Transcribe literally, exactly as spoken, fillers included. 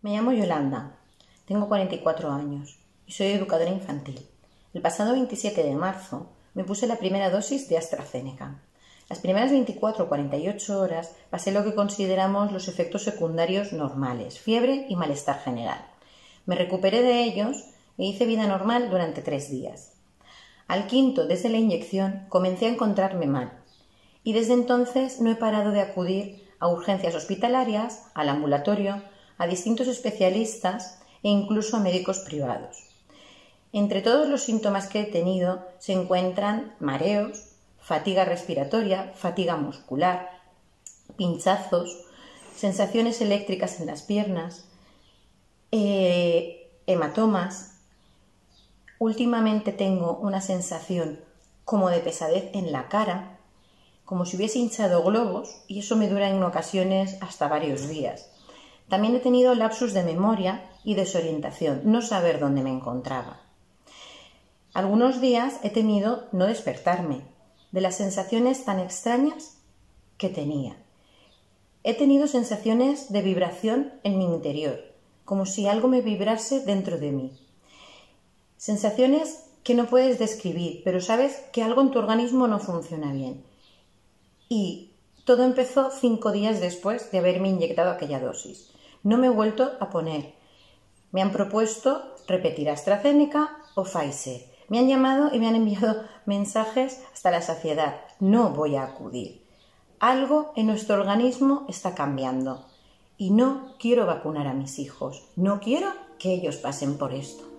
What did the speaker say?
Me llamo Yolanda, tengo cuarenta y cuatro años y soy educadora infantil. El pasado veintisiete de marzo me puse la primera dosis de AstraZeneca. Las primeras veinticuatro o cuarenta y ocho horas pasé lo que consideramos los efectos secundarios normales, fiebre y malestar general. Me recuperé de ellos e hice vida normal durante tres días. Al quinto, desde la inyección, comencé a encontrarme mal y desde entonces no he parado de acudir a urgencias hospitalarias, al ambulatorio, a distintos especialistas e incluso a médicos privados. Entre todos los síntomas que he tenido se encuentran mareos, fatiga respiratoria, fatiga muscular, pinchazos, sensaciones eléctricas en las piernas, eh, hematomas. Últimamente tengo una sensación como de pesadez en la cara, como si hubiese hinchado globos, y eso me dura en ocasiones hasta varios días. También he tenido lapsus de memoria y desorientación, no saber dónde me encontraba. Algunos días he temido no despertarme de las sensaciones tan extrañas que tenía. He tenido sensaciones de vibración en mi interior, como si algo me vibrase dentro de mí. Sensaciones que no puedes describir, pero sabes que algo en tu organismo no funciona bien. Y todo empezó cinco días después de haberme inyectado aquella dosis. No me he vuelto a poner. Me han propuesto repetir AstraZeneca o Pfizer. Me han llamado y me han enviado mensajes hasta la saciedad. No voy a acudir. Algo en nuestro organismo está cambiando y no quiero vacunar a mis hijos. No quiero que ellos pasen por esto.